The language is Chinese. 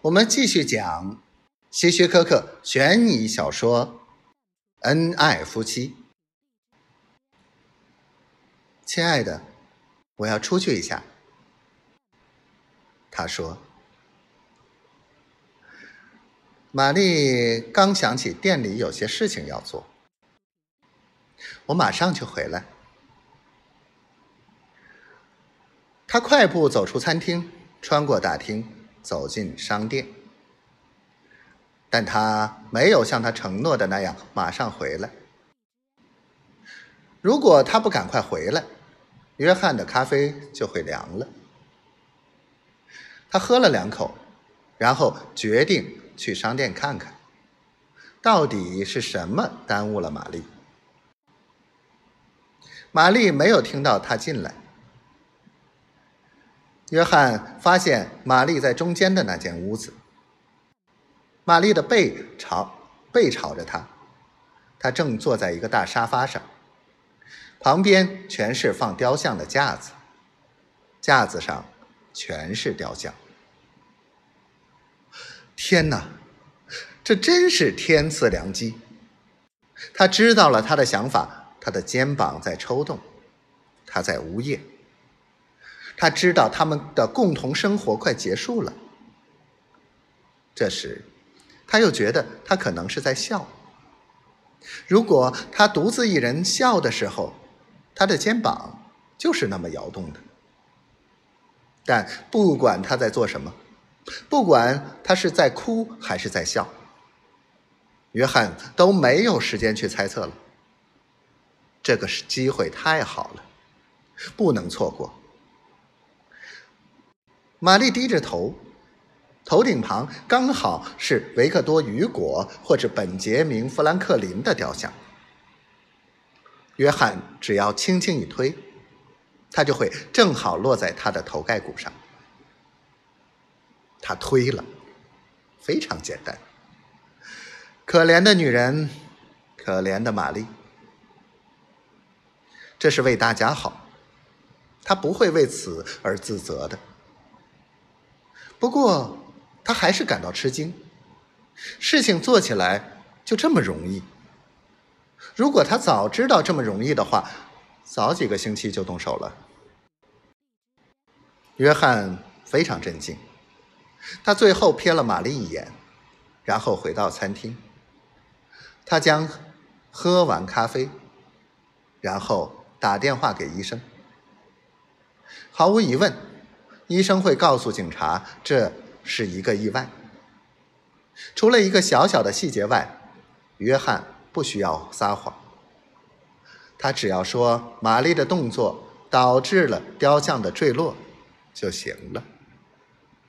我们继续讲希区柯克悬疑小说《恩爱夫妻》。亲爱的，我要出去一下。他说。玛丽刚想起店里有些事情要做。我马上就回来。他快步走出餐厅，穿过大厅，走进商店。但他没有像他承诺的那样马上回来。如果他不赶快回来，约翰的咖啡就会凉了。他喝了2口，然后决定去商店看看，到底是什么耽误了玛丽。玛丽没有听到他进来。约翰发现玛丽在中间的那间屋子。玛丽的背朝着他，他正坐在一个大沙发上，旁边全是放雕像的架子，架子上全是雕像。天哪，这真是天赐良机！他知道了他的想法，他的肩膀在抽动，他在呜咽。他知道他们的共同生活快结束了。这时他又觉得他可能是在笑。如果他独自一人笑的时候，他的肩膀就是那么摇动的。但不管他在做什么，不管他是在哭还是在笑，约翰都没有时间去猜测了。这个机会太好了，不能错过。玛丽低着头，头顶旁刚好是维克多·雨果或者本杰明·富兰克林的雕像。约翰只要轻轻一推，他就会正好落在他的头盖骨上。他推了，非常简单。可怜的女人，可怜的玛丽。这是为大家好，他不会为此而自责的。不过他还是感到吃惊，事情做起来就这么容易。如果他早知道这么容易的话，早几个星期就动手了。约翰非常震惊，他最后瞥了玛丽一眼，然后回到餐厅。他将喝完咖啡，然后打电话给医生。毫无疑问，医生会告诉警察这是一个意外。除了一个小小的细节外，约翰不需要撒谎。他只要说玛丽的动作导致了雕像的坠落就行了。